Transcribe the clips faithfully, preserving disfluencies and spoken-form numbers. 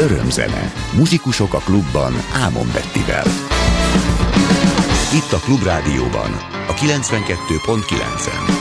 Örömzene. Muzsikusok a klubban Ámon Bettivel. Itt a Klubrádióban, a kilencvenkettő pont kilencen.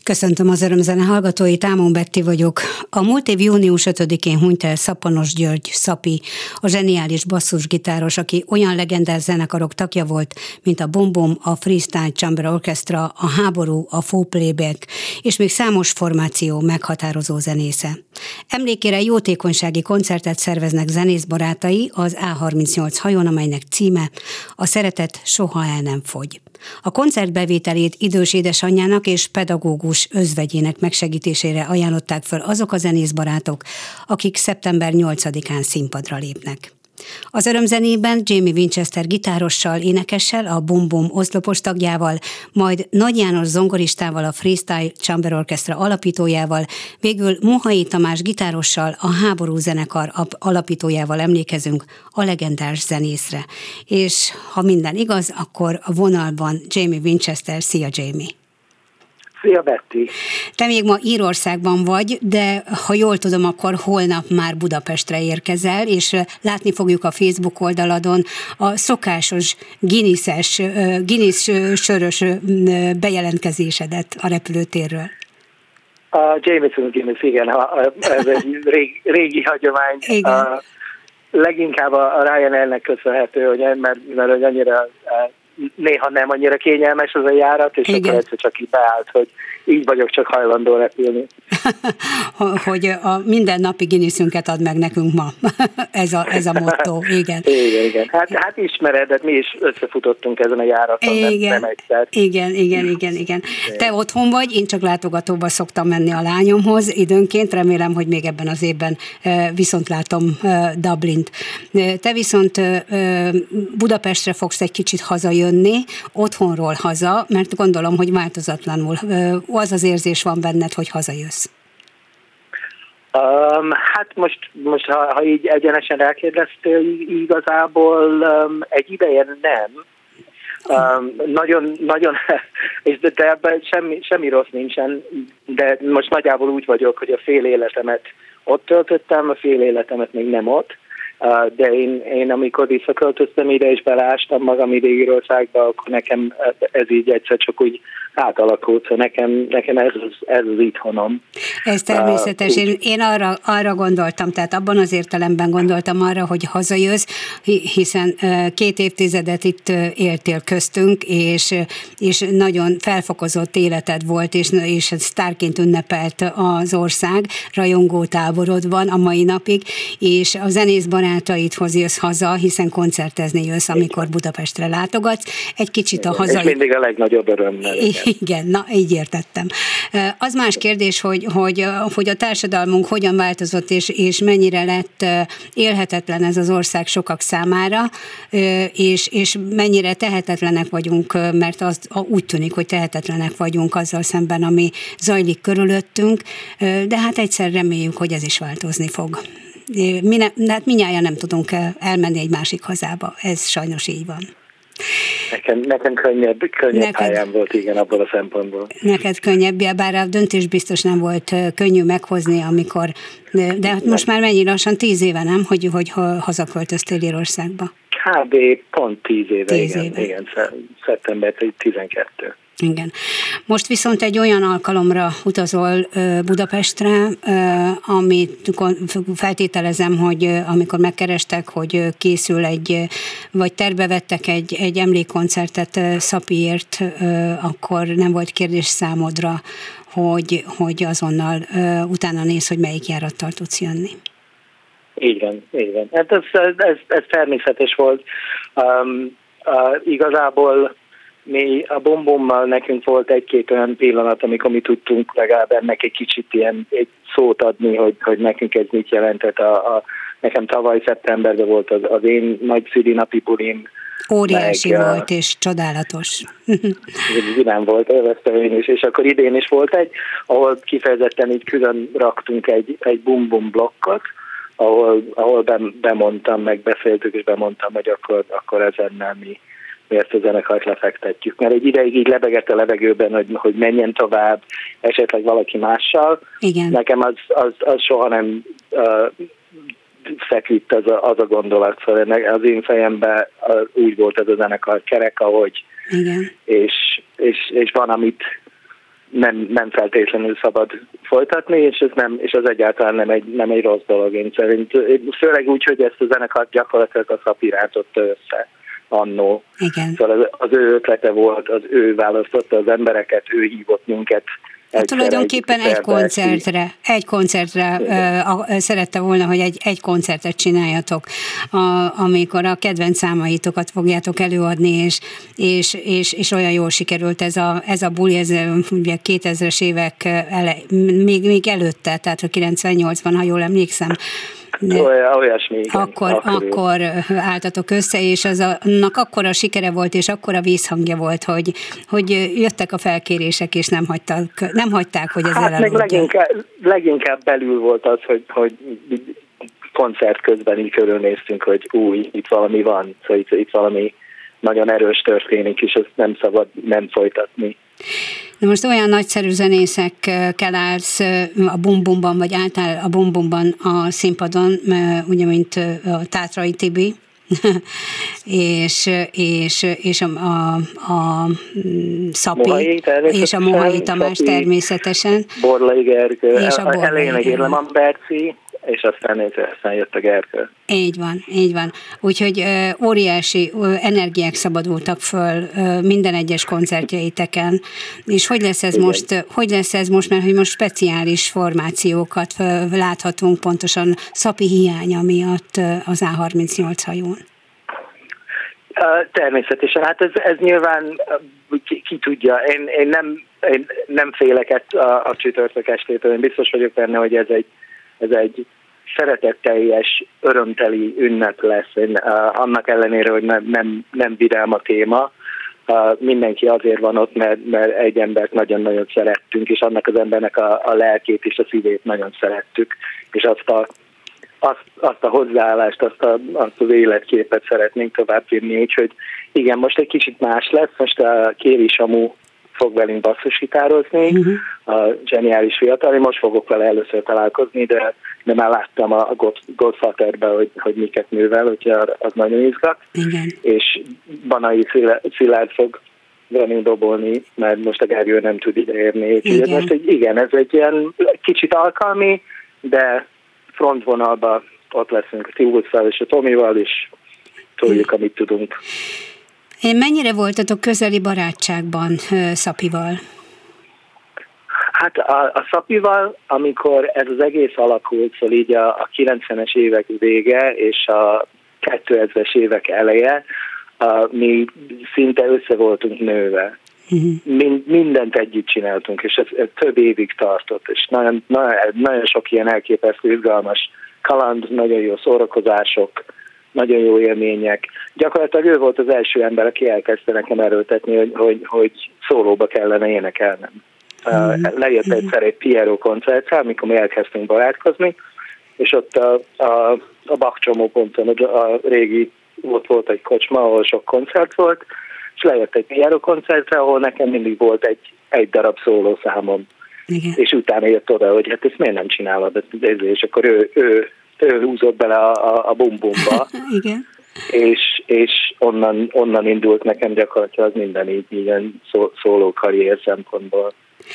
Köszöntöm az Örömzene hallgatóit, Ámon Betti vagyok. A múlt év június ötödikén hunyt el Szappanos György, Szapi, a zseniális basszusgitáros, aki olyan legendás zenekarok tagja volt, mint a Bum Bum, a Freestyle Chamber Orchestra, a Háború, a Faux Playback, és még számos formáció meghatározó zenésze. Emlékére jótékonysági koncertet szerveznek zenészbarátai az á harmincnyolc hajón, amelynek címe A szeretet soha el nem fogy. A koncertbevételét idős édesanyjának és pedagógus özvegyének megsegítésére ajánlották föl azok a zenészbarátok, akik szeptember nyolcadikán színpadra lépnek. Az örömzenében Jamie Winchester gitárossal, énekessel, a Bum Bum oszlopos tagjával, majd Nagy János zongoristával, a Freestyle Chamber Orchestra alapítójával, végül Mohai Tamás gitárossal, a Háború zenekar alapítójával emlékezünk a legendás zenészre. És ha minden igaz, akkor a vonalban Jamie Winchester. Szia, Jamie! Szia, Betty! Te még ma Írországban vagy, de ha jól tudom, akkor holnap már Budapestre érkezel, és látni fogjuk a Facebook oldaladon a szokásos Guinness-es, Guinness sörös bejelentkezésedet a repülőtérről. A Jameson Guinness, igen, ez egy régi, régi hagyomány. Igen. A, leginkább a Ryanairnek köszönhető, hogy mert, mert hogy annyira néha nem annyira kényelmes az a járat, és igen. Akkor egyszer csak így beállt, hogy így vagyok csak hajlandó repülni. Hogy a mindennapi Guinnessünket ad meg nekünk ma. ez, a, ez a motto, igen. Igen, igen. Hát, hát ismered, de mi is összefutottunk ezen a járaton, igen. nem, nem egyszer. Igen, igen, igen, igen. Te otthon vagy, én csak látogatóba szoktam menni a lányomhoz időnként, remélem, hogy még ebben az évben viszont látom Dublint. Te viszont Budapestre fogsz egy kicsit hazajönni, otthonról haza, mert gondolom, hogy változatlanul az az érzés van benned, hogy hazajössz. Um, hát most, most ha, ha így egyenesen rákérdeztél, igazából um, egy ideje nem. Um, nagyon, nagyon, és de, de ebben semmi, semmi rossz nincsen, de most nagyjából úgy vagyok, hogy a fél életemet ott töltöttem, a fél életemet még nem ott. Uh, de én, én amikor visszaköltöztem ide, és beleástam magam ide Írországba, akkor nekem ez így egyszer csak úgy átalakult, szóval nekem, nekem ez, az, ez az itthonom. Ez természetes. Uh, én, én arra, arra gondoltam, tehát abban az értelemben gondoltam arra, hogy hazajössz, hiszen két évtizedet itt éltél köztünk, és, és nagyon felfokozott életed volt, és, és sztárként ünnepelt az ország, rajongó táborod van a mai napig, és a zenészbarátaidhoz jössz haza, hiszen koncertezni jössz, amikor Budapestre látogatsz. Egy kicsit a hazai... És mindig a legnagyobb örömmel. Igen, na, így értettem. Az más kérdés, hogy, hogy, hogy a társadalmunk hogyan változott, és, és mennyire lett élhetetlen ez az ország sokak számára, és, és mennyire tehetetlenek vagyunk, mert az, úgy tűnik, hogy tehetetlenek vagyunk azzal szemben, ami zajlik körülöttünk, de hát egyszer reméljük, hogy ez is változni fog. Mi ne, hát mindnyájan nem tudunk elmenni egy másik hazába, ez sajnos így van. Nekem, nekem könnyebb, könnyebb neked, pályám volt, igen, abból a szempontból. Neked könnyebb, bár a döntés biztos nem volt könnyű meghozni, amikor, de hát most már mennyi lassan, tíz éve, nem, hogy, hogy hazaköltöztél Írországba? Kb. Pont tíz éve, tíz igen, éve. Igen, szeptember tizenkettő. Igen. Most viszont egy olyan alkalomra utazol Budapestre, amit feltételezem, hogy amikor megkerestek, hogy készül egy, vagy terve vettek egy, egy emlékkoncertet Szapiért, akkor nem volt kérdés számodra, hogy, hogy azonnal utána néz, hogy melyik járattal tudsz jönni. Így van, így van. Hát ez, ez, ez természetes volt. Um, uh, igazából mi a Bum Bummal nekünk volt egy-két olyan pillanat, amikor mi tudtunk legalább ennek egy kicsit ilyen egy szót adni, hogy, hogy nekünk ez mit jelentett. A, a, nekem tavaly szeptemberben volt az, az én nagy szülinapi bulim. Óriási meg, volt, és csodálatos. Vidám volt, élveztem én is, és akkor idén is volt egy, ahol kifejezetten így külön raktunk egy, egy Bum Bum blokkot, ahol, ahol bemondtam, meg beszéltük, és bemondtam, hogy akkor, akkor ezennel mi mi ezt a zenekart lefektetjük. Mert egy ideig így lebegett a levegőben, hogy, hogy menjen tovább, esetleg valaki mással. Igen. Nekem az, az, az soha nem uh, feküdt az a, az a gondolat. Szóval az én fejemben uh, úgy volt ez a zenekar kerek, ahogy. Igen. És, és, és van, amit nem, nem feltétlenül szabad folytatni, és ez nem, és az egyáltalán nem egy, nem egy rossz dolog. Én szerint, főleg úgy, hogy ezt a zenekart gyakorlatilag a SZAPI rántotta össze annó. Igen. Szóval az, az ő ötlete volt, az ő választotta az embereket, ő hívott minket. Hát tulajdonképpen egy koncertre, egy koncertre uh, szerette volna, hogy egy, egy koncertet csináljatok, a, amikor a kedvenc számaitokat fogjátok előadni, és, és, és, és olyan jól sikerült ez a, ez a buli, ez ugye kétezres évek ele, még, még előtte, tehát a kilencvennyolcban, ha jól emlékszem. Olyan, olyasmi, igen. Akkor, akkor álltatok össze, és az a, annak akkora sikere volt, és akkora vízhangja volt, hogy, hogy jöttek a felkérések, és nem hagytak, nem hagyták, hogy ez hát elaludjon. Meg leginkább, leginkább belül volt az, hogy, hogy koncert közben így körülnéztünk, hogy új, itt valami van, szóval itt, itt valami nagyon erős történik, és ezt nem szabad nem folytatni. Na most olyan nagyszerű zenészekkel állsz a Bum Bumban, vagy álltál a Bum Bumban a színpadon, ugye, mint a Tátrai Tibi, és, és, és a, a, a Szapi, Mohai, és a Mohai Tamás Szapi, természetesen. Borlai Gergő, és a Borlai elején meg Érleman Berci, és aztán, aztán jött a Gergő. Így van, így van. Úgyhogy ö, óriási ö, energiák szabadultak föl ö, minden egyes koncertjeiteken. És hogy lesz ez most, hogy lesz ez most, mert hogy most speciális formációkat ö, láthatunk pontosan Szapi hiánya miatt ö, az á harmincnyolc hajón? Természetesen, hát ez, ez nyilván ki, ki tudja. Én, én, nem, én nem félek a, a csütörtök estétől, én biztos vagyok benne, hogy ez egy Ez egy szeretetteljes, örömteli ünnep lesz, én, uh, annak ellenére, hogy nem, nem, nem vidám a téma. Uh, mindenki azért van ott, mert, mert egy embert nagyon-nagyon szerettünk, és annak az embernek a, a lelkét és a szívét nagyon szerettük, és azt a, azt, azt a hozzáállást, azt, a, azt az életképet szeretnénk továbbvinni, úgyhogy igen, most egy kicsit más lesz, most a Kéri Samu fog velünk basszusgitározni, uh-huh. a zseniális fiatal. Én most fogok vele először találkozni, de, de már láttam a Godfatherben, hogy, hogy miket művel, úgyhogy az nagyon izgat. Igen. És Banai Szilárd fog velünk dobolni, mert most a Gergő nem tud ideérni. Úgyhogy ez most egy, igen, ez egy ilyen kicsit alkalmi, de frontvonalban ott leszünk a Tiburccal és a Tomival, és tudjuk, amit tudunk. Én mennyire voltatok közeli barátságban Szapival? Hát a, a Szapival, amikor ez az egész alakult, szóval így a, a kilencvenes évek vége és a kétezres évek eleje, a, mi szinte össze voltunk nőve. Uh-huh. Mind, mindent együtt csináltunk, és ez, ez több évig tartott, és nagyon, nagyon, nagyon sok ilyen elképesztő, izgalmas kaland, nagyon jó szórakozások, nagyon jó élmények. Gyakorlatilag ő volt az első ember, aki elkezdte nekem erőltetni, hogy, hogy, hogy szólóba kellene énekelnem. Mm. Uh, lejött egyszer egy Piero koncertre, amikor mi elkezdtünk barátkozni, és ott a, a, a Bach csomóponton, a régi, ott volt egy kocsma, ahol sok koncert volt, és lejött egy Piero koncertre, ahol nekem mindig volt egy, egy darab szólószámom. Igen. És utána jött oda, hogy hát ezt miért nem csinálod, és akkor ő, ő ő húzott bele a, a, a Bum Bumba, igen. és, és onnan, onnan indult nekem gyakorlatilag minden így ilyen szó, szóló karrier szempontból.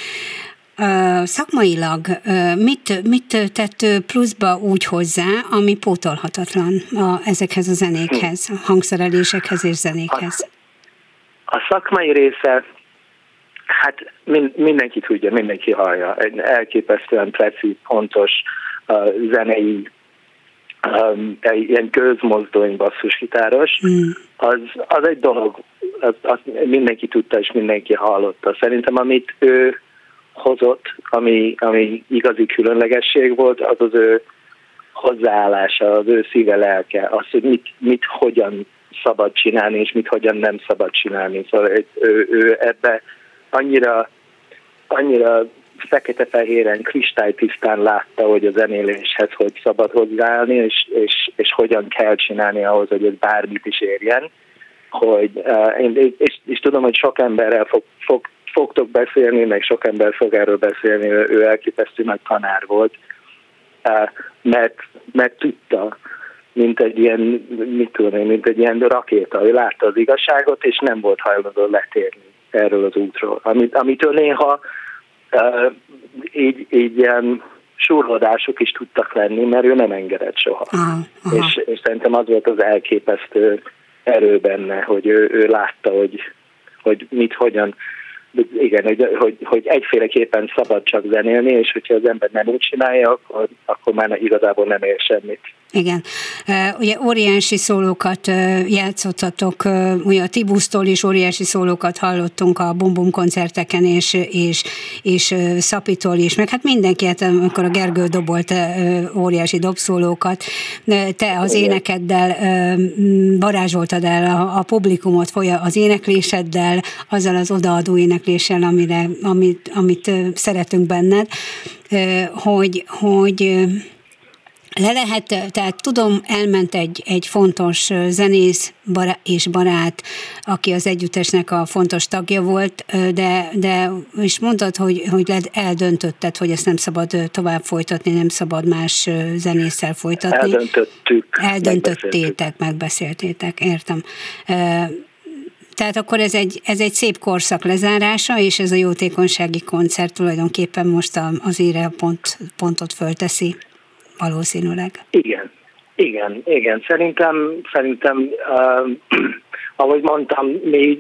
Uh, szakmailag uh, mit, mit tett pluszba úgy hozzá, ami pótolhatatlan a, ezekhez a zenékhez, a hangszerelésekhez és zenékhez? A, a szakmai része, hát min, mindenki tudja, mindenki hallja. Egy elképesztően precíz, pontos uh, zenei Um, egy ilyen közmozdony basszusgitáros, mm. az, az egy dolog, az, az mindenki tudta és mindenki hallotta. Szerintem amit ő hozott, ami, ami igazi különlegesség volt, az az ő hozzáállása, az ő szíve, lelke, az, hogy mit, mit hogyan szabad csinálni, és mit hogyan nem szabad csinálni. Szóval ő, ő ebbe annyira, annyira fekete-fehéren, kristálytisztán látta, hogy a zenéléshez hogy szabad hozzáállni, és, és, és hogyan kell csinálni ahhoz, hogy ez bármit is érjen. Hogy, uh, én, és, és tudom, hogy sok emberrel fog, fog, fogtok beszélni, meg sok ember fog erről beszélni, ő, ő elképesztő nagy tanár volt, uh, mert, mert tudta, mint egy ilyen, mit tudom én, mint egy ilyen rakéta, ő látta az igazságot, és nem volt hajlandó letérni erről az útról. Amit, amitől néha így, így ilyen surlódások is tudtak lenni, mert ő nem engedett soha. Aha, aha. És, és szerintem az volt az elképesztő erő benne, hogy ő, ő látta, hogy, hogy mit, hogyan, igen, hogy, hogy, hogy egyféleképpen szabad csak zenélni, és hogyha az ember nem úgy csinálja, akkor, akkor már igazából nem ér semmit. Igen. Ugye óriási szólókat játszottatok, ugye a Tibusztól is óriási szólókat hallottunk a Bum Bum koncerteken, és, és, és Szapitól is, meg hát mindenki, hát amikor a Gergő dobolt óriási dobszólókat, te az énekeddel varázsoltad el a, a publikumot, az énekléseddel, azzal az odaadó énekléssel, amire, amit, amit szeretünk benned, hogy, hogy le lehet, tehát tudom, elment egy, egy fontos zenész bará- és barát, aki az együttesnek a fontos tagja volt, de, de és mondtad, hogy, hogy eldöntötted, hogy ezt nem szabad tovább folytatni, nem szabad más zenésszel folytatni. Eldöntöttük. Eldöntöttétek, megbeszéltétek, értem. Tehát akkor ez egy, ez egy szép korszak lezárása, és ez a jótékonysági koncert tulajdonképpen most az ére pont, pontot fölteszi. Valószínűleg. Igen, igen, igen. Szerintem, szerintem uh, ahogy mondtam, mi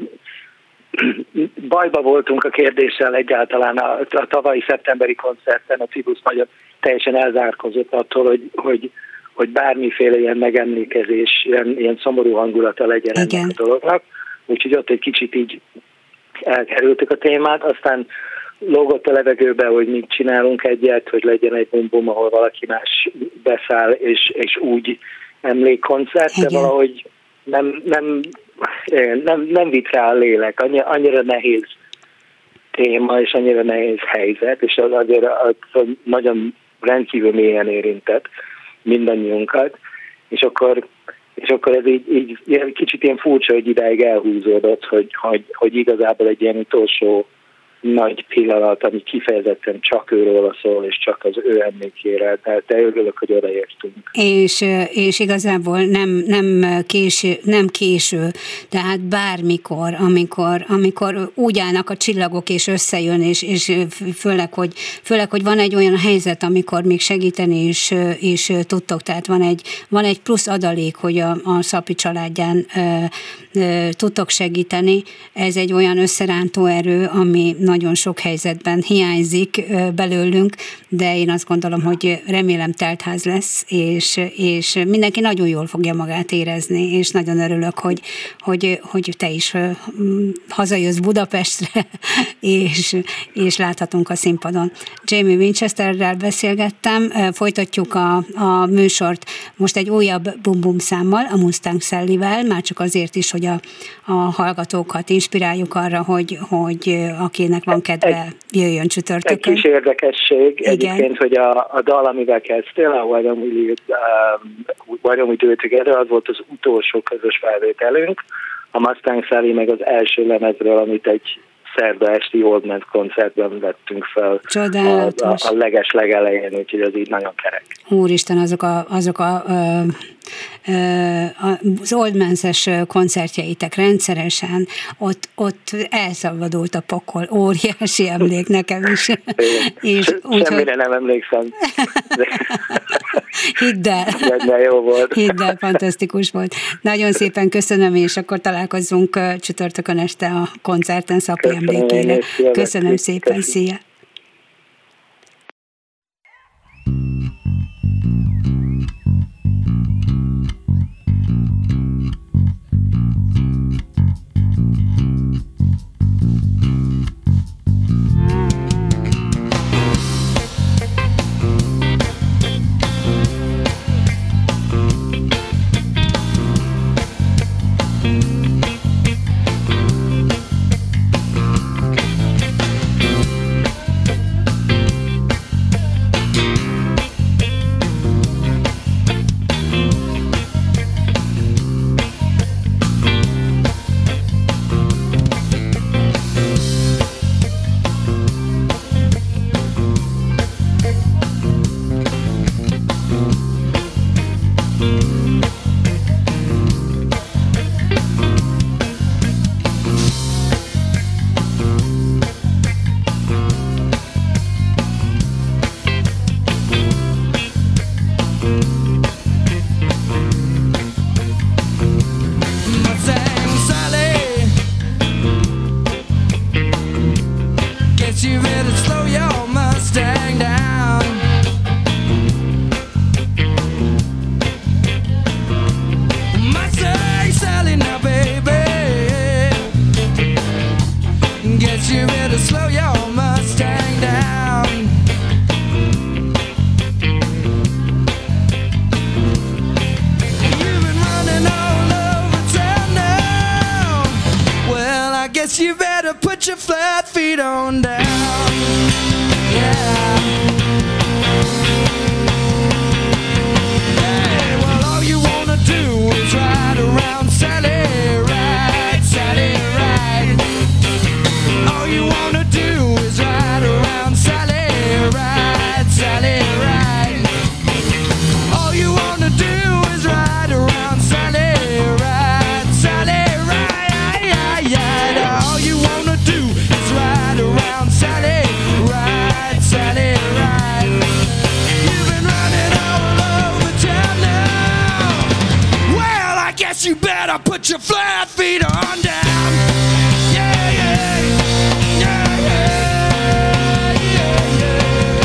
bajba voltunk a kérdéssel egyáltalán a, a tavalyi szeptemberi koncerten, a Tibusz nagyon teljesen elzárkózott attól, hogy, hogy, hogy bármiféle ilyen megemlékezés, ilyen, ilyen szomorú hangulata legyen ennek a dolognak. Úgyhogy ott egy kicsit így elkerültük a témát, aztán lógott a levegőbe, hogy mit csinálunk egyet, hogy legyen egy Bum Bum, ahol valaki más beszáll, és, és úgy emlékkoncert, de valahogy nem, nem, nem, nem vitt rá a lélek. Annyi, annyira nehéz téma, és annyira nehéz helyzet, és az azért az nagyon rendkívül mélyen érintett mindannyiunkat, és akkor, és akkor ez így, így kicsit ilyen furcsa, hogy idáig elhúzódott, hogy, hogy, hogy igazából egy ilyen utolsó nagy pillanat, ami kifejezetten csak őről szól, és csak az ő emlékére, tehát de örülök, hogy odaértünk. És, és igazából nem, nem, késő, nem késő, tehát bármikor, amikor, amikor úgy állnak a csillagok, és összejön, és, és főleg, hogy, főleg, hogy van egy olyan helyzet, amikor még segíteni is, is tudtok, tehát van egy, van egy plusz adalék, hogy a, a Szapi családján ö, ö, tudtok segíteni. Ez egy olyan összerántó erő, ami nagyon sok helyzetben hiányzik belőlünk, de én azt gondolom, hogy remélem teltház lesz, és, és mindenki nagyon jól fogja magát érezni, és nagyon örülök, hogy, hogy, hogy te is hazajössz Budapestre, és, és láthatunk a színpadon. Jamie Winchesterrel beszélgettem, folytatjuk a, a műsort most egy újabb Bum Bum számmal, a Mustang Sally-vel, már csak azért is, hogy a, a hallgatókat inspiráljuk arra, hogy, hogy akinek van kedve, jöjjön csütörtökön. Egy kis érdekesség igen. Egyébként, hogy a, a dal, amivel kezdtél, a Why Don't We, um, Why Don't We Do It Together, az volt az utolsó közös felvételünk. A Mustang Sally meg az első lemezről, amit egy szerda esti Old Man koncertben vettünk fel. Csodálatos. A, a, a leges legelején, úgyhogy az így nagyon kerek. Úristen, azok a, azok a, a, a az Old Man-es koncertjeitek rendszeresen, ott, ott elszabadult a pokol, óriási emlék nekem is. És úgy, semmire hogy... nem emlékszem. Hidd el. De jó volt. Hidd el, fantasztikus volt. Nagyon szépen köszönöm, és akkor találkozzunk csütörtökön este a koncerten Szapi emlékére. Köszönöm szépen, szia! guess you better put your flat feet on down. Yeah. Hey, well, all you wanna do is ride around Sally Ride, Sally Ride. All you wanna do is ride around Sally Ride, Sally Ride. All you wanna do is ride around Sally Ride, Sally Ride. All you wanna do is ride around Sally Ride, Sally Ride. You've been running all over town now. Well, I guess you better put your flat feet on down. Yeah, yeah, yeah, yeah, yeah, yeah.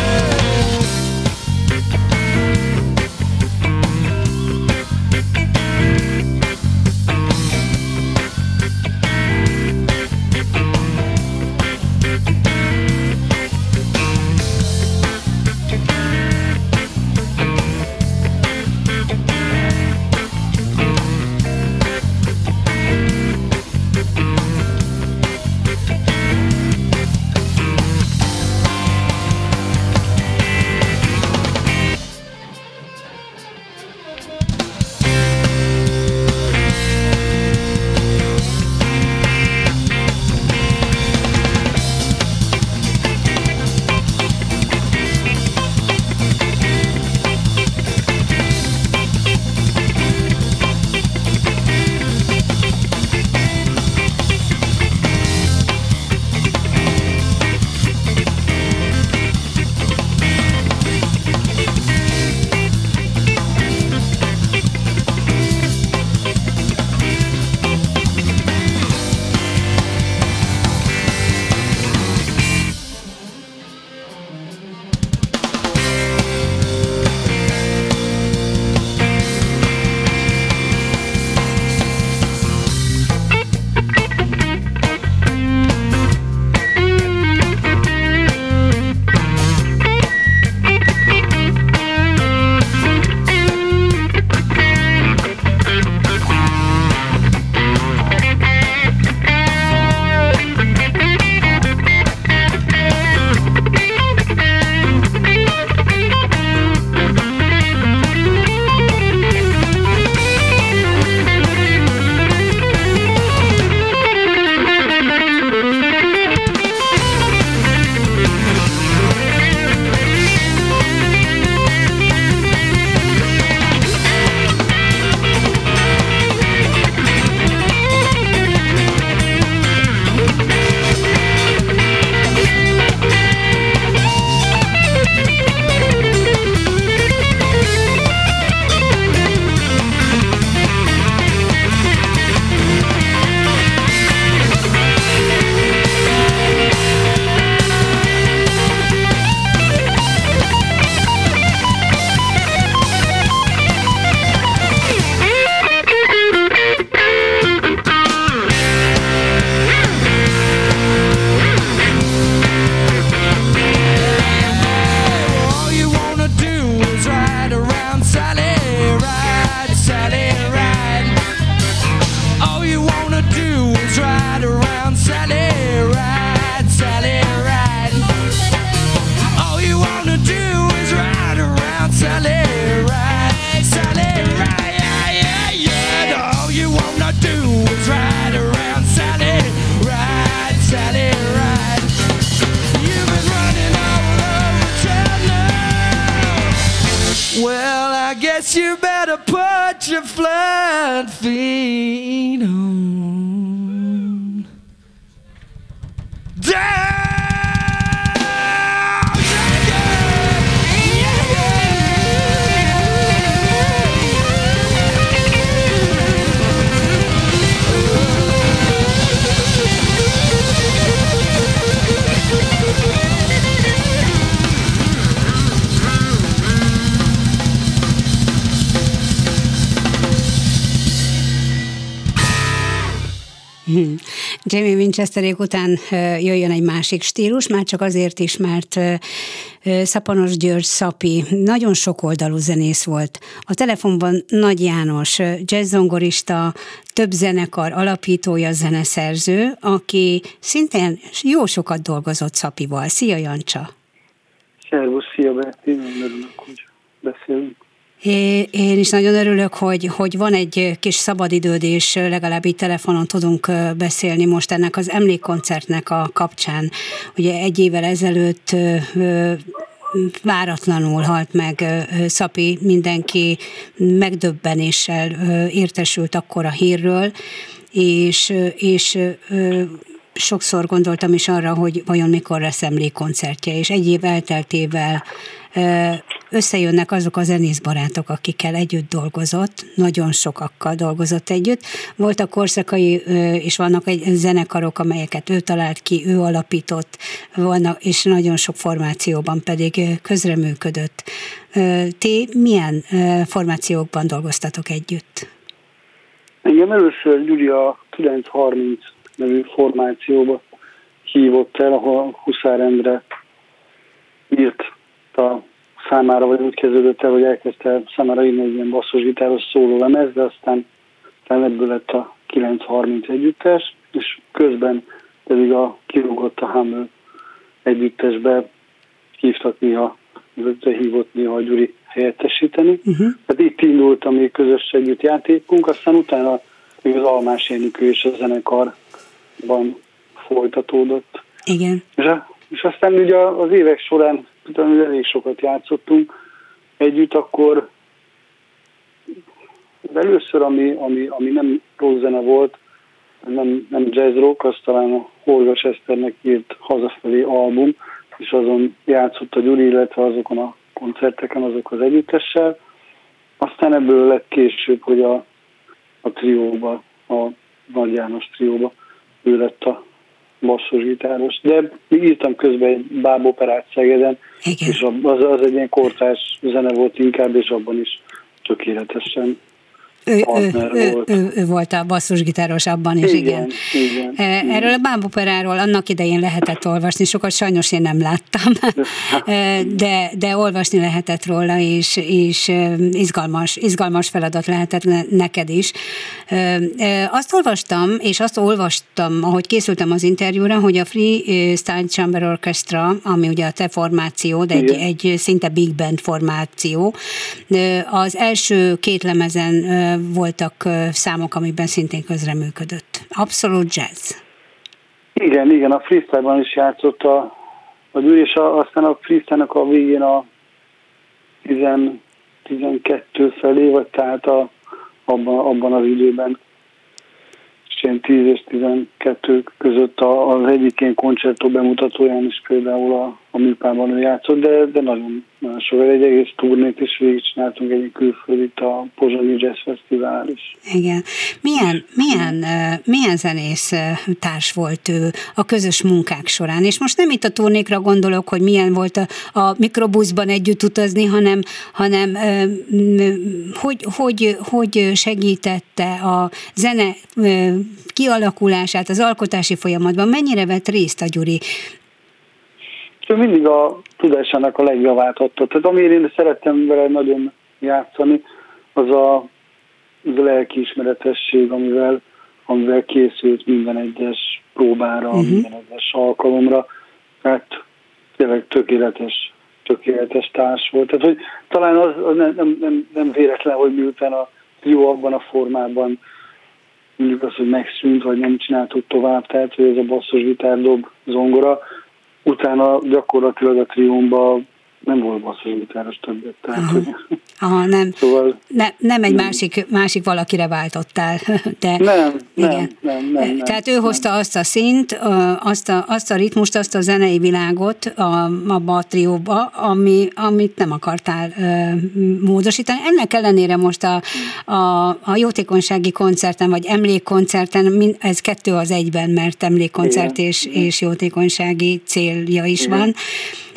guess you better put your flat feet on down. Jamie Winchesterék után jöjjön egy másik stílus, már csak azért is, mert Szaponos György Szapi nagyon sokoldalú zenész volt. A telefonban Nagy János, jazzzongorista, több zenekar alapítója, zeneszerző, aki szintén jó sokat dolgozott Szapival. Szia, Jancsa! Szervusz, szia Berti, nagyon örülök, hogy beszélünk. Én is nagyon örülök, hogy, hogy van egy kis szabadidőd, és legalább így telefonon tudunk beszélni most ennek az emlékkoncertnek a kapcsán. Ugye egy évvel ezelőtt váratlanul halt meg Szapi, mindenki megdöbbenéssel értesült akkor a hírről, és, és sokszor gondoltam is arra, hogy vajon mikor lesz emlékkoncertje, és egy év elteltével összejönnek azok a zenészbarátok, akikkel együtt dolgozott, nagyon sokakkal dolgozott együtt. Voltak korszakai, és vannak egy zenekarok, amelyeket ő talált ki, ő alapított, vannak, és nagyon sok formációban pedig közreműködött. Ti milyen formációkban dolgoztatok együtt? Engem először Gyuri a kilenc harminc nevű formációba hívott el, ahol Huszár Endre írt a számára, vagy úgy kezdődött el, hogy elkezdte számára írni egy ilyen basszusgitáros szóló lemez, de aztán, aztán ebből lett a kilenc harminc együttes, és közben pedig a kirúgott a Hummel együttesbe hívtak néha, vagy hívott néha a Gyuri helyettesíteni. Uh-huh. Tehát itt indult a mi közös együttjátékunk, aztán utána még az Almás Enikő és a zenekarban folytatódott. Igen. És, és aztán ugye az évek során utána elég sokat játszottunk együtt, akkor először, ami, ami, ami nem rossz zene volt, nem, nem jazz rock, az talán a Horgas Eszternek írt Hazafelé album, és azon játszott a Gyuri, illetve azokon a koncerteken, azok az együttessel. Aztán ebből lett később, hogy a, a trióba, a Nagy János trióba ő lett a basszusgitáros. De írtam közben egy báboperát Szegeden, igen. És az, az egy ilyen kortárs zene volt inkább, és abban is tökéletesen ő, ő, ő, volt. Ő, ő volt a basszusgitáros abban is, igen. igen. igen Erről a báboperáról annak idején lehetett olvasni, sokat sajnos én nem láttam, de, de olvasni lehetett róla, és, és izgalmas, izgalmas feladat lehetett neked is. Azt olvastam, és azt olvastam, ahogy készültem az interjúra, hogy a Free Style Chamber Orchestra, ami ugye a te formációd, egy, egy szinte big band formáció, az első két lemezen voltak számok, amiben szintén közreműködött. Abszolút jazz. Igen, igen, a freestyle-ban is játszott a, a Gyuri, és a, aztán a freestyle-nak a végén a tíz, tizenkettő felé, vagy tehát a, abban, abban az időben, és ilyen tíz és tizenkettő között az egyik ilyen koncertó bemutatóján is például a, a műpában ő játszott, de, de nagyon, nagyon sok, egy egész turnét is végigcsináltunk, egy külföld itt a Pozsonyi Jazz Fesztivál is. Igen. Milyen, milyen, milyen zenész társ volt ő a közös munkák során? És most nem itt a turnékra gondolok, hogy milyen volt a, a mikrobuszban együtt utazni, hanem, hanem hogy, hogy, hogy segítette a zene kialakulását az alkotási folyamatban, mennyire vett részt a Gyuri? Ő mindig a tudásának a legjavát adta. Tehát amiért én szerettem vele nagyon játszani, az a, az a lelkiismeretesség, amivel, amivel készült minden egyes próbára, uh-huh. minden egyes alkalomra. Hát tényleg tökéletes, tökéletes társ volt. Tehát, hogy talán az, az nem, nem, nem véletlen, hogy miután a trió abban a formában mondjuk az, hogy megszűnt, vagy nem csináltuk tovább, tehát hogy ez a basszusgitár, dob, zongora, utána gyakorlatilag a triónban nem volt basszusgitáros többet. Tehát, Aha. Hogy... Aha, nem. Szóval... Ne, nem egy nem. Másik, másik valakire váltottál. De nem, igen. nem, nem, nem, nem. Tehát ő hozta nem. azt a szint, azt a, azt a ritmust, azt a zenei világot a, abba a trióba, ami, amit nem akartál uh, módosítani. Ennek ellenére most a, a, a jótékonysági koncerten, vagy emlékkoncerten, ez kettő az egyben, mert emlékkoncert és, és jótékonysági célja is igen. van.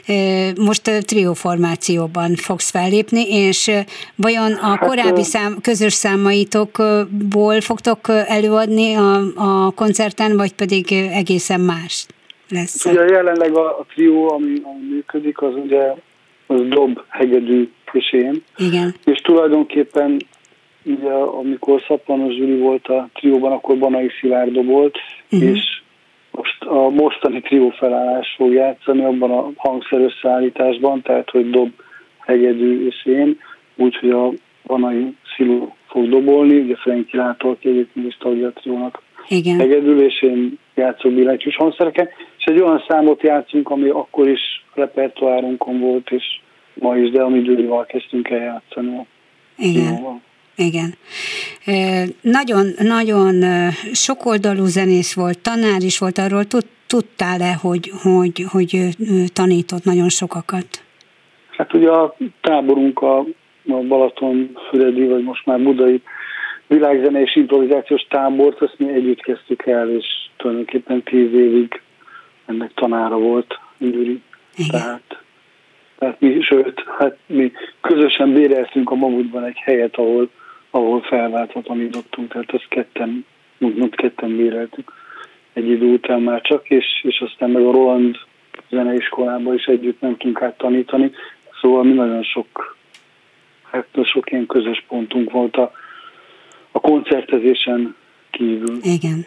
Most trióformációban fogsz fellépni, és vajon a korábbi szám, közös számaitokból fogtok előadni a, a koncerten, vagy pedig egészen más lesz? Ugye jelenleg a, a trió, ami, ami működik, az ugye az dob, hegedű és én. Igen. És tulajdonképpen ugye, amikor Szappanos Gyuri volt a trióban, akkor Banai Szilárd dobolt, uh-huh. és most a mostani trió felállás fog játszani abban a hangszerösszeállításban, tehát hogy dob, hegedű és én, úgyhogy a Banai Szilu fog dobolni, ugye Frenki Látor, aki egyébként is tagja a triónak hegedül, és én játszok billentyűs hangszereken, és egy olyan számot játszunk, ami akkor is repertoárunkon volt, és ma is, de ami Gyurival kezdtünk el játszani. Igen. Jóval. Igen. Nagyon, nagyon sokoldalú zenész volt, tanár is volt, arról tudtál-e, hogy, hogy, hogy tanított nagyon sokakat? Hát ugye a táborunk a, a Balatonfüredi, vagy most már budai világzene és improvizációs tábort, azt mi együtt kezdtük el, és tulajdonképpen tíz évig ennek tanára volt Gyuri. Tehát, tehát mi, sőt, hát mi közösen béreltünk a Mamutban egy helyet, ahol, ahol felváltva tanítottunk, tehát ezt ketten, úgymond ketten béreltük egy idő után már csak, és, és aztán meg a Roland zeneiskolában is együtt nem tudunk át tanítani, szóval mi nagyon sok, hát sok ilyen közös pontunk volt a, a koncertezésen kívül. Igen.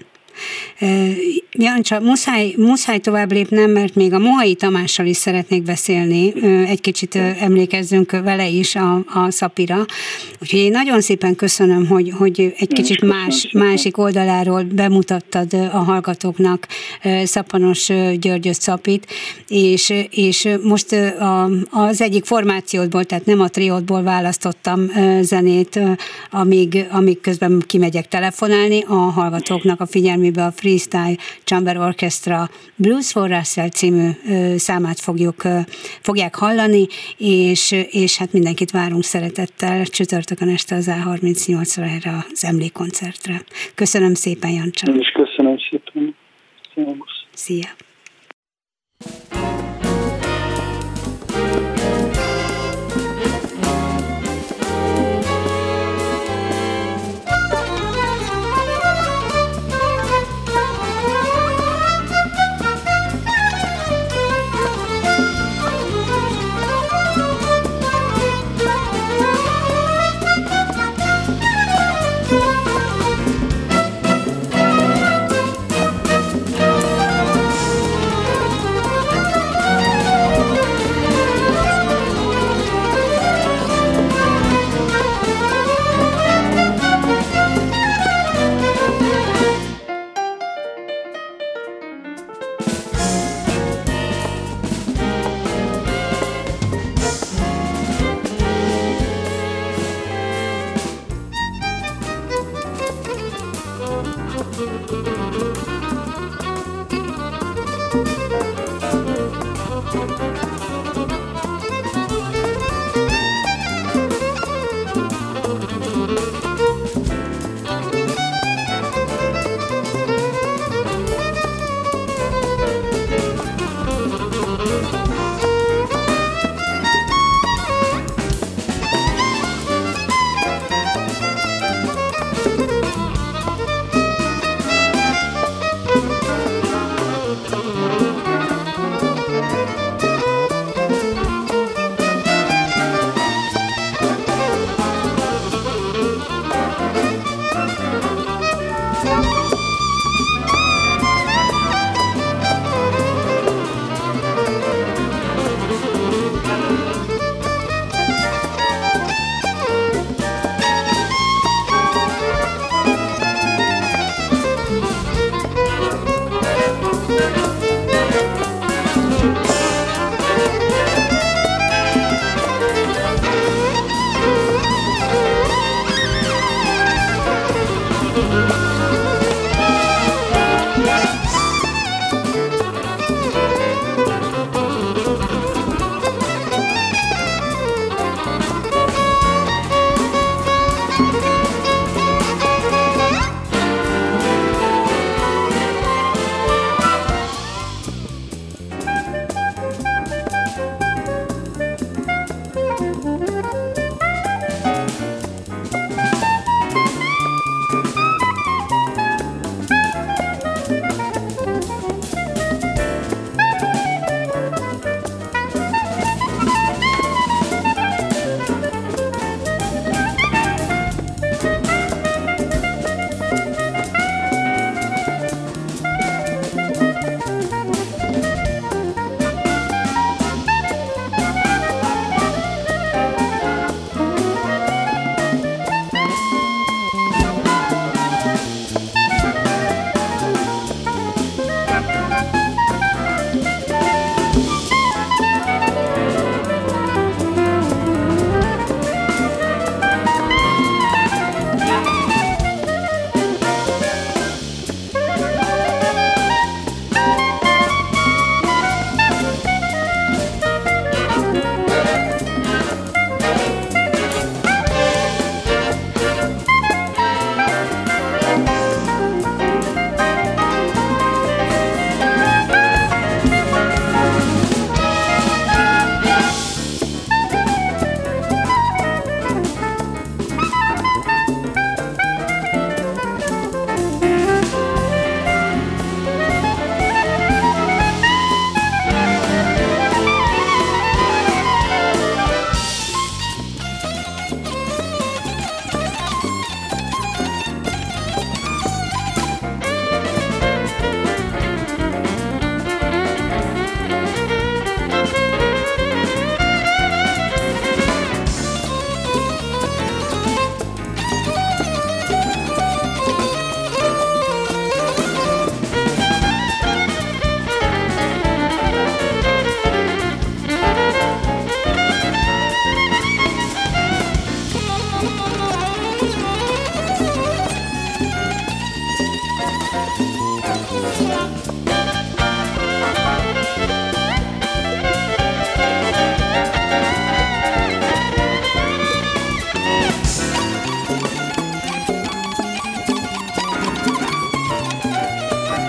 Jancsa, muszáj, muszáj tovább lépnem, mert még a Mohai Tamással is szeretnék beszélni, egy kicsit emlékezzünk vele is a, a Szapira. Úgyhogy én nagyon szépen köszönöm, hogy, hogy egy kicsit más, másik oldaláról bemutattad a hallgatóknak Szappanos Györgyös Szapit, és, és most a, az egyik formációdból, tehát nem a triódból választottam zenét, amíg, amíg közben kimegyek telefonálni a hallgatóknak a figyelmébe a Freestyle Chamber Orchestra Blues for Russell című számát fogjuk, fogják hallani, és, és hát mindenkit várunk szeretettel csütörtökön este az á harmincnyolcra erre az emlékkoncertre. Köszönöm szépen, Jancsa. Én is köszönöm szépen. Szia.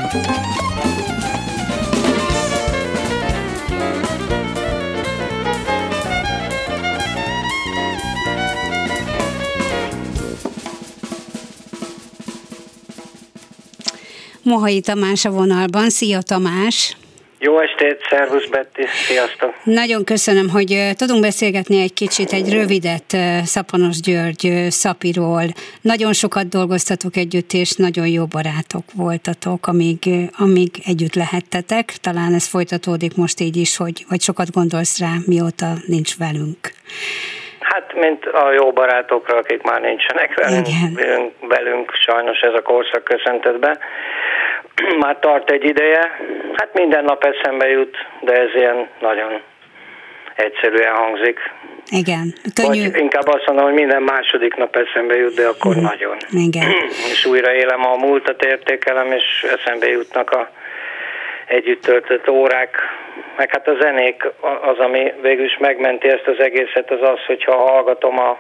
Mohai Tamás a vonalban. Szia Tamás! Jó estét, szervusz Betty, sziasztok! Nagyon köszönöm, hogy tudunk beszélgetni egy kicsit, egy rövidet Szaponos György Szapiról. Nagyon sokat dolgoztatok együtt, és nagyon jó barátok voltatok, amíg, amíg együtt lehettetek. Talán ez folytatódik most így is, hogy vagy sokat gondolsz rá, mióta nincs velünk. Hát, mint a jó barátokra, akik már nincsenek velünk, velünk, velünk, sajnos ez a korszak köszöntött be. Már tart egy ideje, hát minden nap eszembe jut, de ez ilyen nagyon egyszerűen hangzik. Igen. Könnyű. Vagy inkább azt mondom, hogy minden második nap eszembe jut, de akkor mm. nagyon. Igen. És újra élem a múltat, értékelem, és eszembe jutnak a együtt töltött órák. Meg hát a zenék, az, ami végül is megmenti ezt az egészet, az az, hogyha hallgatom a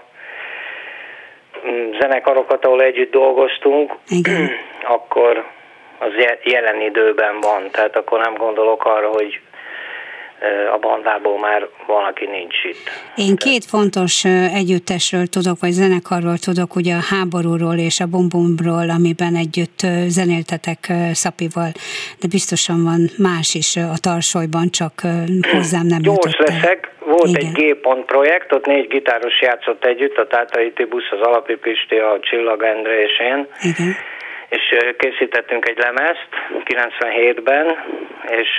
zenekarokat, ahol együtt dolgoztunk, igen. akkor az jelen időben van, tehát akkor nem gondolok arra, hogy a bandából már valaki nincs itt. Én két fontos együttesről tudok, vagy zenekarról tudok, ugye a Háborúról és a Bum Bumról, amiben együtt zenéltetek Szapival, de biztosan van más is a Tarsolyban, csak hozzám nem jutott el. Gyors leszek, volt igen. egy G-pont projekt, ott négy gitáros játszott együtt, a Tátai Tibusz, az Alapi Pisti, a Csillag Endre és én. Igen. És készítettünk egy lemezt kilencvenhétben, és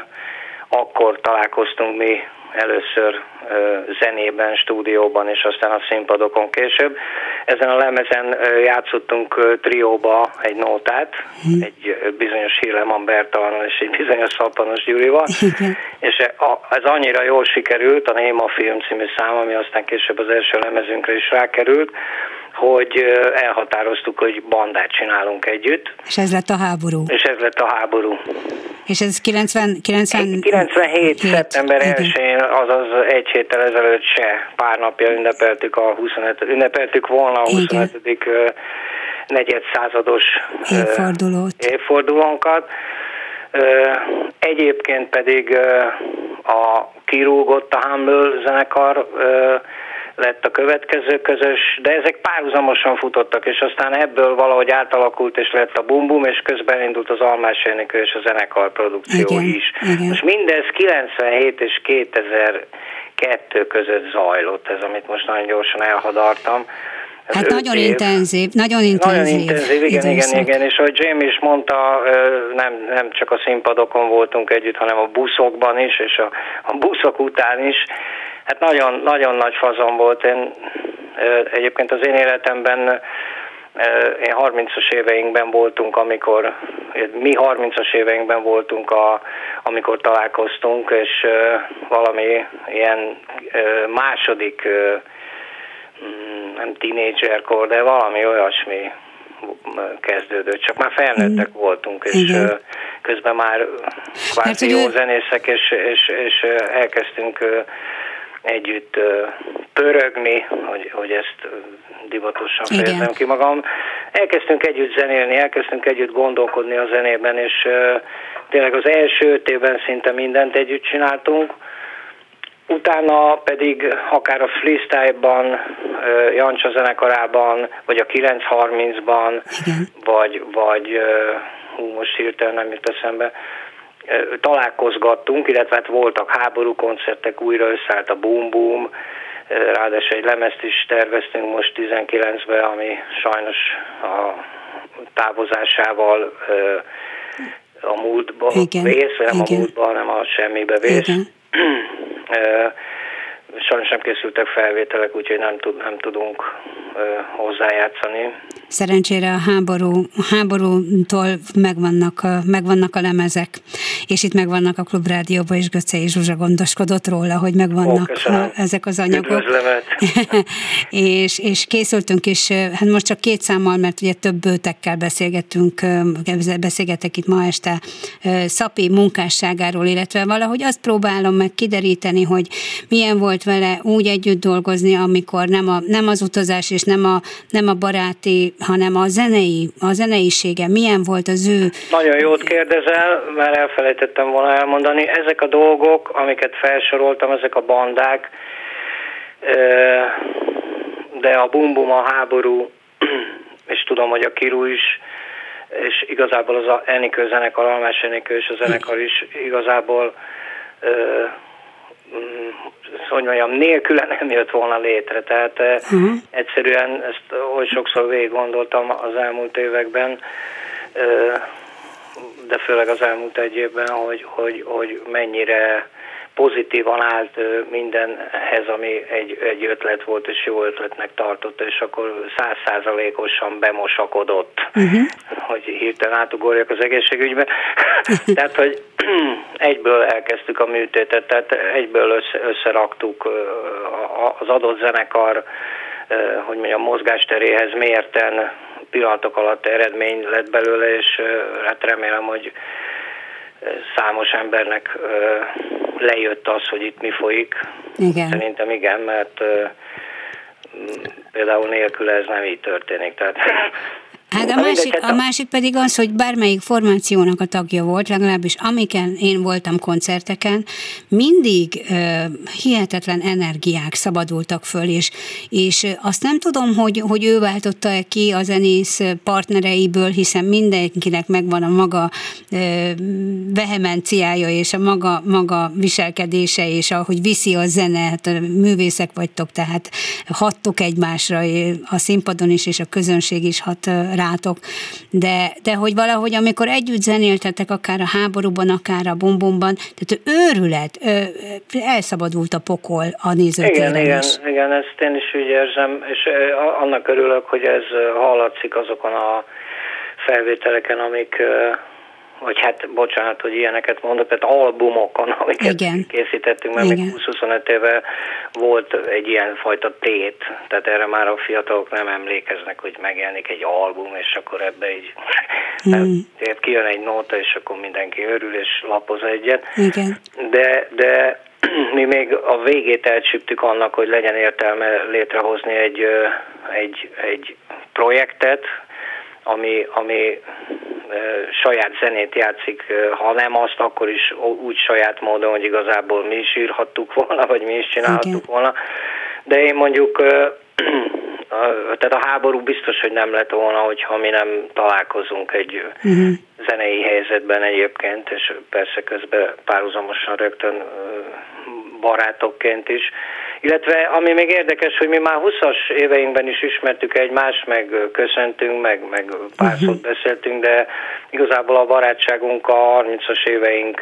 akkor találkoztunk mi először zenében, stúdióban, és aztán a színpadokon később. Ezen a lemezen játszottunk trióba egy nótát, hmm. egy bizonyos Hilleman Bertalannal és egy bizonyos Szaponos Gyurival, és ez annyira jól sikerült, a Néma Film című szám, ami aztán később az első lemezünkre is rákerült, hogy elhatároztuk, hogy bandát csinálunk együtt. És ez lett a Háború. És ez lett a Háború. És ez kilencven, kilencven... kilencvenhét szeptember elsején, azaz egy héttel ezelőtt se pár napja ünnepeltük a huszonötödik ünnepeltük volna a huszonötödik negyedszázados évfordulót. évfordulónkat. Egyébként pedig a Kirúgott a Humble zenekar lett a következő közös, de ezek párhuzamosan futottak, és aztán ebből valahogy átalakult, és lett a Bum Bum, és közben indult az Almás Enikő és a zenekar produkció igen, is. Igen. Most mindez kilencvenhét és kétezer-kettő között zajlott, ez amit most nagyon gyorsan elhadartam. Ez hát nagyon év. intenzív, nagyon intenzív. Nagyon intenzív, igen, időszak. igen, igen, és ahogy Jamie is mondta, nem, nem csak a színpadokon voltunk együtt, hanem a buszokban is, és a, a buszok után is. Hát nagyon, nagyon nagy fazon volt. Én, egyébként az én életemben én harmincas éveinkben voltunk, amikor, mi harmincas éveinkben voltunk, a, amikor találkoztunk, és valami ilyen második, nem tínédzserkor, de valami olyasmi kezdődött, csak már felnőttek voltunk, és igen. közben már kvázi jó zenészek, és, és, és elkezdtünk együtt pörögni, hogy, hogy ezt divatosan fejezem ki magam. Elkezdtünk együtt zenélni, elkezdtünk együtt gondolkodni a zenében, és uh, tényleg az első öt évben szinte mindent együtt csináltunk. Utána pedig akár a freestyle-ban, uh, Jancsa zenekarában, vagy a kilenc harmincban, igen. vagy, vagy uh, hú, most hirtelen nem jut eszembe, találkozgattunk, illetve hát voltak háború koncertek, újra összeállt a Bum Bum, ráadásul egy lemezt is terveztünk most tizenkilencben, ami sajnos a távozásával a múltba igen, vész, nem igen. a múltba, hanem a semmibe vész. Sajnos nem készültek felvételek, úgyhogy nem, tud, nem tudunk ö, hozzájátszani. Szerencsére a háború, háborútól megvannak a, megvannak a lemezek, és itt megvannak a Klubrádióban, és Göczei Zsuzsa gondoskodott róla, hogy megvannak Ó, ezek az anyagok. és, és készültünk is, hát most csak két számmal, mert ugye több bőtekkel beszélgettünk, beszélgetek itt ma este Szapi munkásságáról, illetve valahogy azt próbálom meg kideríteni, hogy milyen volt vele úgy együtt dolgozni, amikor nem, a, nem az utazás és nem a, nem a baráti hanem a zenei, a zeneisége. Milyen volt az ő... Nagyon jót kérdezel, mert elfelejtettem volna elmondani. Ezek a dolgok, amiket felsoroltam, ezek a bandák, de a Bum Bum, a Háború, és tudom, hogy a Kiru is, és igazából az a Enikő zenekar, Almás Enikő és a zenekar is igazából hogy mondjam, nélküle nem jött volna létre. Tehát uh-huh. egyszerűen ezt oly sokszor végig gondoltam az elmúlt években, de főleg az elmúlt egy évben, hogy, hogy, hogy mennyire pozitívan állt mindenhez, ami egy, egy ötlet volt, és jó ötletnek tartotta, és akkor százszázalékosan bemosakodott, uh-huh. hogy hirtelen átugorjak az egészségügybe. Tehát, hogy egyből elkezdtük a műtétet, tehát egyből össze, összeraktuk az adott zenekar, hogy mondjam, mozgásteréhez mérten pillanatok alatt eredmény lett belőle, és hát remélem, hogy számos embernek lejött az, hogy itt mi folyik. Igen. Szerintem igen, mert például nélkül ez nem így történik. Tehát Hát a másik, a másik pedig az, hogy bármelyik formációnak a tagja volt, legalábbis amiken én voltam koncerteken, mindig uh, hihetetlen energiák szabadultak föl, és, és azt nem tudom, hogy, hogy ő váltotta ki a zenész partnereiből, hiszen mindenkinek megvan a maga uh, vehemenciája, és a maga, maga viselkedése, és ahogy viszi a zene, hát művészek vagytok, tehát hattok egymásra, a színpadon is, és a közönség is hat rátok, de, de hogy valahogy amikor együtt zenéltetek, akár a Háborúban, akár a Bum Bumban, tehát őrület, elszabadult a pokol a nézőtéren igen, is. Igen, igen, ezt én is úgy érzem, és annak örülök, hogy ez hallatszik azokon a felvételeken, amik, vagy hát bocsánat, hogy ilyeneket mondok, tehát albumokon, amiket igen. készítettünk, mert igen. még húsz-huszonöt éve volt egy ilyen fajta tét, tehát erre már a fiatalok nem emlékeznek, hogy megjelenik egy album, és akkor ebbe így hmm. kijön egy nóta, és akkor mindenki örül, és lapoz egyet. Igen. De, de mi még a végét elcsíptük annak, hogy legyen értelme létrehozni egy, egy, egy projektet, ami, ami saját zenét játszik, ha nem azt, akkor is úgy saját módon, hogy igazából mi is írhattuk volna, vagy mi is csinálhattuk okay. volna. De én mondjuk, tehát a Háború biztos, hogy nem lett volna, hogyha mi nem találkozunk egy uh-huh. zenei helyzetben egyébként, és persze közben párhuzamosan rögtön barátokként is. Illetve ami még érdekes, hogy mi már húszas éveinkben is ismertük egymást, meg köszöntünk, meg, meg pár uh-huh. szót beszéltünk, de igazából a barátságunk a harmincas éveink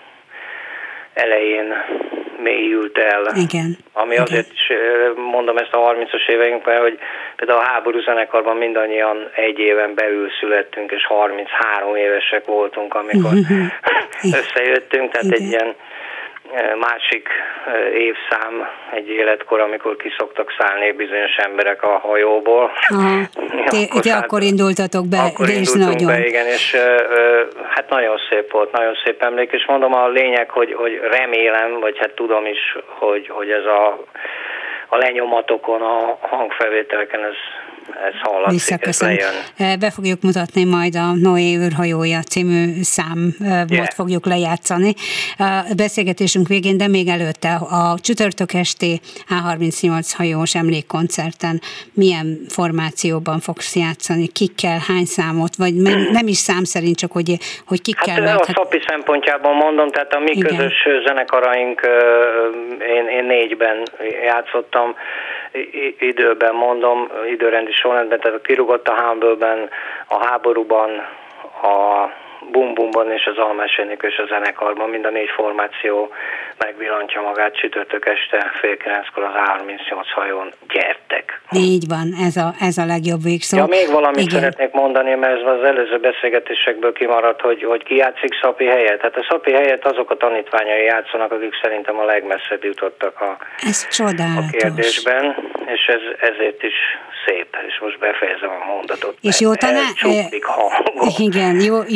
elején mélyült el. Igen. Ami Igen. azért is mondom ezt a harmincas éveink, mert hogy például a Háború zenekarban mindannyian egy éven belül születtünk, és harminchárom évesek voltunk, amikor uh-huh. összejöttünk, tehát Igen. egy ilyen másik évszám, egy életkor, amikor kiszoktak szállni bizonyos emberek a hajóból. Aha. Te, akkor, te hát, akkor indultatok be, akkor de is nagyon. Be, igen, és hát nagyon szép volt, nagyon szép emlék, és mondom, a lényeg, hogy, hogy remélem, vagy hát tudom is, hogy, hogy ez a, a lenyomatokon, a hangfelvételeken ez ez hallatszik, ez lejön. Be fogjuk mutatni majd a Noé űrhajója című számot yeah. fogjuk lejátszani a beszélgetésünk végén, de még előtte a csütörtök esti há harmincnyolc hajós emlékkoncerten milyen formációban fogsz játszani, kikkel, hány számot, vagy nem is szám szerint, csak hogy, hogy kikkel hát lehet. A szapi szempontjában mondom, tehát a mi Igen. közös zenekaraink, én, én négyben játszottam, időben mondom, időrendi sorrendben, tehát a Kirúgott a Humble-ben, a Háborúban, a Bum Bumban és az Almás Enikő és a zenekarban, mind a négy formáció megvillantja magát csütörtök este fél kilenckor az há harmincnyolc hajón. Gyertek! Így van, ez a, ez a legjobb végszó. Ja, még valamit Igen. szeretnék mondani, mert ez az előző beszélgetésekből kimaradt, hogy, hogy ki játszik Szapi helyett. Hát a Szapi helyett azok a tanítványai játszanak, akik szerintem a legmesszebb jutottak a, a kérdésben, és ez, ezért is szép, és most befejezem a mondatot. És jó tanács? Igen, jó, jó tanács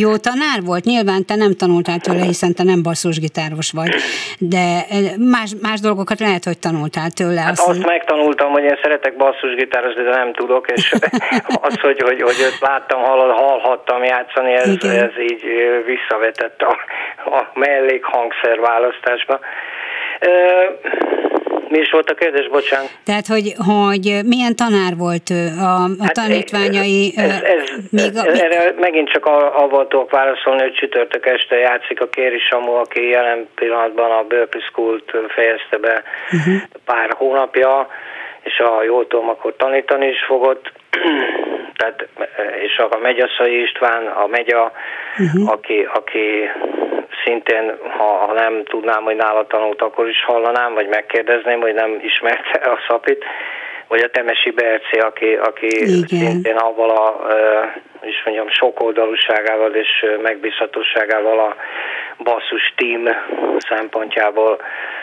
tanár volt, nyilván te nem tanultál tőle, hiszen te nem basszusgitáros vagy, de más, más dolgokat lehet, hogy tanultál tőle. Hát azt, azt megtanultam, hogy én szeretek basszusgitározni, de nem tudok, és az, hogy, hogy, hogy őt láttam, hallhattam játszani, ez, ez így visszavetett a, a mellékhangszer választásba. Mi is volt a kérdés, bocsánat? Tehát, hogy, hogy milyen tanár volt a, a hát tanítványai? Ez, ez, ez, még a, erre megint csak avval tudok válaszolni, hogy csütörtök este játszik a Kéri Samu, aki jelen pillanatban a Berkeley School-t fejezte be uh-huh. pár hónapja, és ha jól tudom, akkor tanítani is fogott. Tehát, és a Megyaszai István, a megya, uh-huh. aki, aki szintén, ha, ha nem tudnám, hogy nála tanult, akkor is hallanám, vagy megkérdezném, hogy nem ismerte a Szapit, vagy a Temesi Berci, aki, aki szintén avval a, is mondjam, sokoldalúságával és megbízhatóságával a basszus team szempontjából.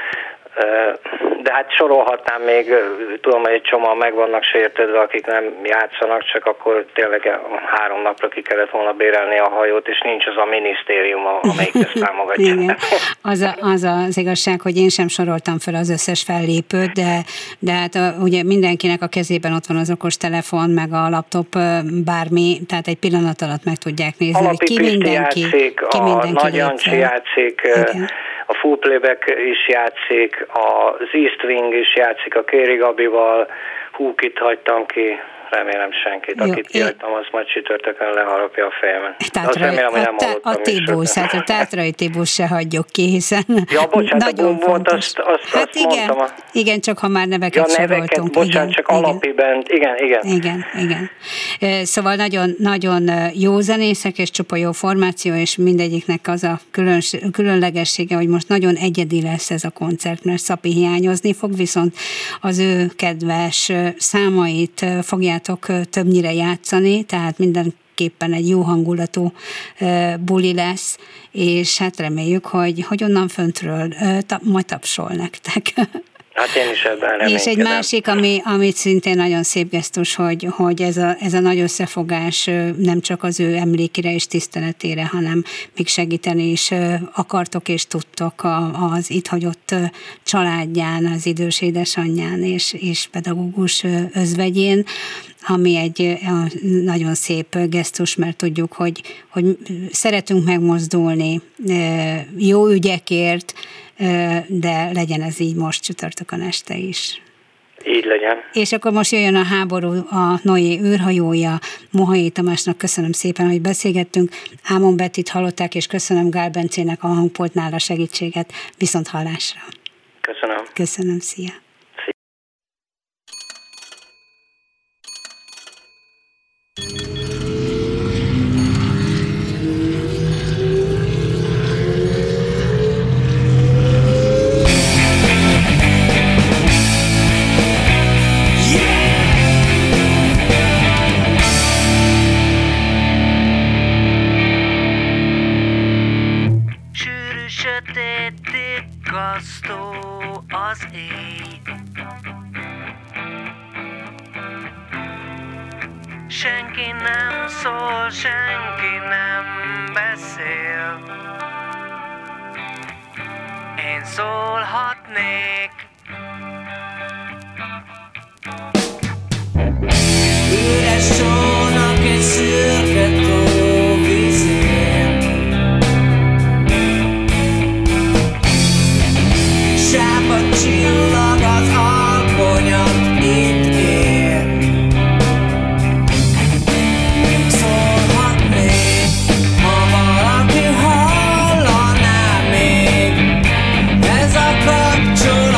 De hát sorolhatnám még, tudom, hogy egy csomóan meg vannak sértődve, akik nem játszanak, csak akkor tényleg három napra ki kellett volna bérelni a hajót, és nincs az a minisztérium, amelyik ezt támogatja. Igen. Az, a, az az igazság, hogy én sem soroltam fel az összes fellépőt, de, de hát a, ugye mindenkinek a kezében ott van az okostelefon, meg a laptop, bármi, tehát egy pillanat alatt meg tudják nézni, Alapi hogy ki mindenki, játszik, ki mindenki a Nagy Jancsi játszik, igen. A Full Playback is játszik, az East Wing is játszik a Kéri Gabival, hú, kit hagytam ki, remélem senkit. Jó, akit kihagytam, az majd csütörtökön leharapja a fejemen. Azt remélem, hogy nem hallottam. A Tibus, hát a Tátrai Tibus se hagyjuk ki, hiszen ja, bocsánat, nagyon a volt, azt, azt, hát azt igen, mondtam. Igen, csak ha már neveket ja, soroltunk. neveket, bocsánat, igen, csak igen. alapibent, igen, igen. Igen, igen. Szóval nagyon, nagyon jó zenészek, és csupa jó formáció, és mindegyiknek az a külön, különlegessége, hogy most nagyon egyedi lesz ez a koncert, mert Szapi hiányozni fog, viszont az ő kedves számait fogjátok többnyire játszani, tehát mindenképpen egy jó hangulatú buli lesz, és hát reméljük, hogy, hogy onnan föntről ta, majd tapsol nektek. Hát én is ebben reménykedem. És egy másik, ami, amit szintén nagyon szép gesztus, hogy, hogy ez, a, ez a nagy összefogás nem csak az ő emlékére és tiszteletére, hanem még segíteni is akartok és tudtok az itt hagyott családján, az idős édesanyján és, és pedagógus özvegyén, ami egy nagyon szép gesztus, mert tudjuk, hogy, hogy szeretünk megmozdulni jó ügyekért, de legyen ez így most csütörtökön este is. Így legyen. És akkor most jöjjön a háború, a Noé űrhajója. Mohai Tamásnak köszönöm szépen, hogy beszélgettünk. Ámon Bettit hallották, és köszönöm Gál Bencének a hangpultnál a segítséget. Viszont hallásra. Köszönöm. Köszönöm, szia. Az éj. Senki nem szól, senki nem beszél. Én szólhatnék. Üres csónak egy szürke tó vízén. Sápadt csillag az alkonyat itt ér. Szólhatnék, ha valaki hallaná még. Ez a kapcsolat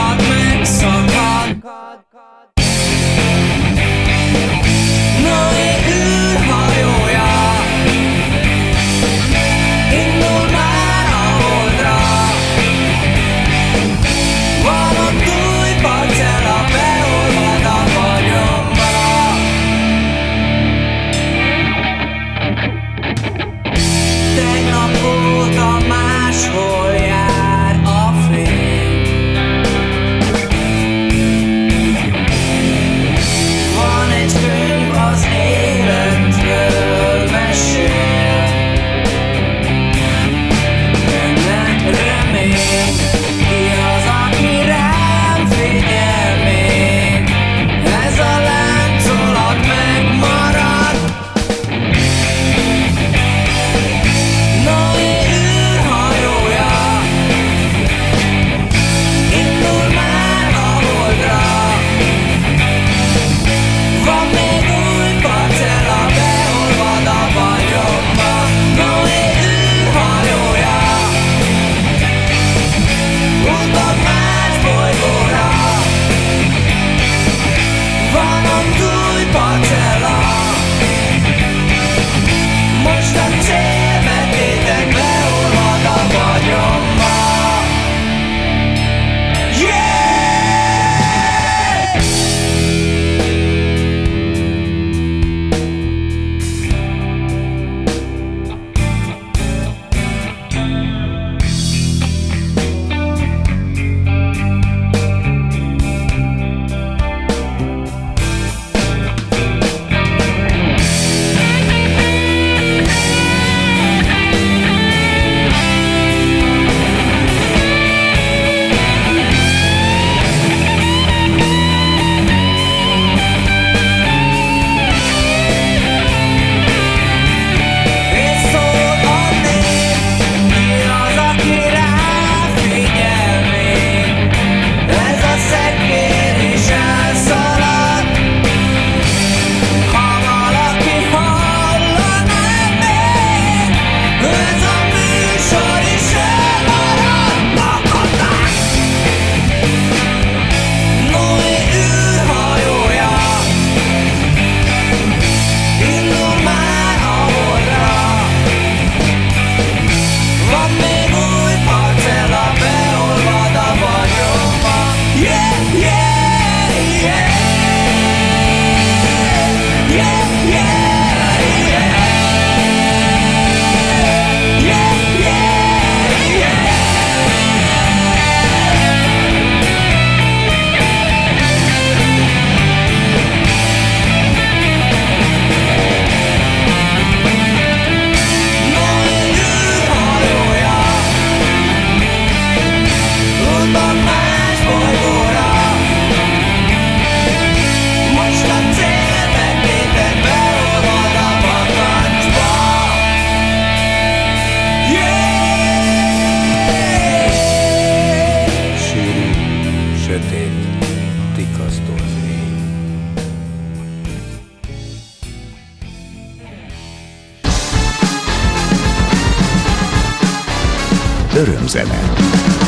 Örömzene.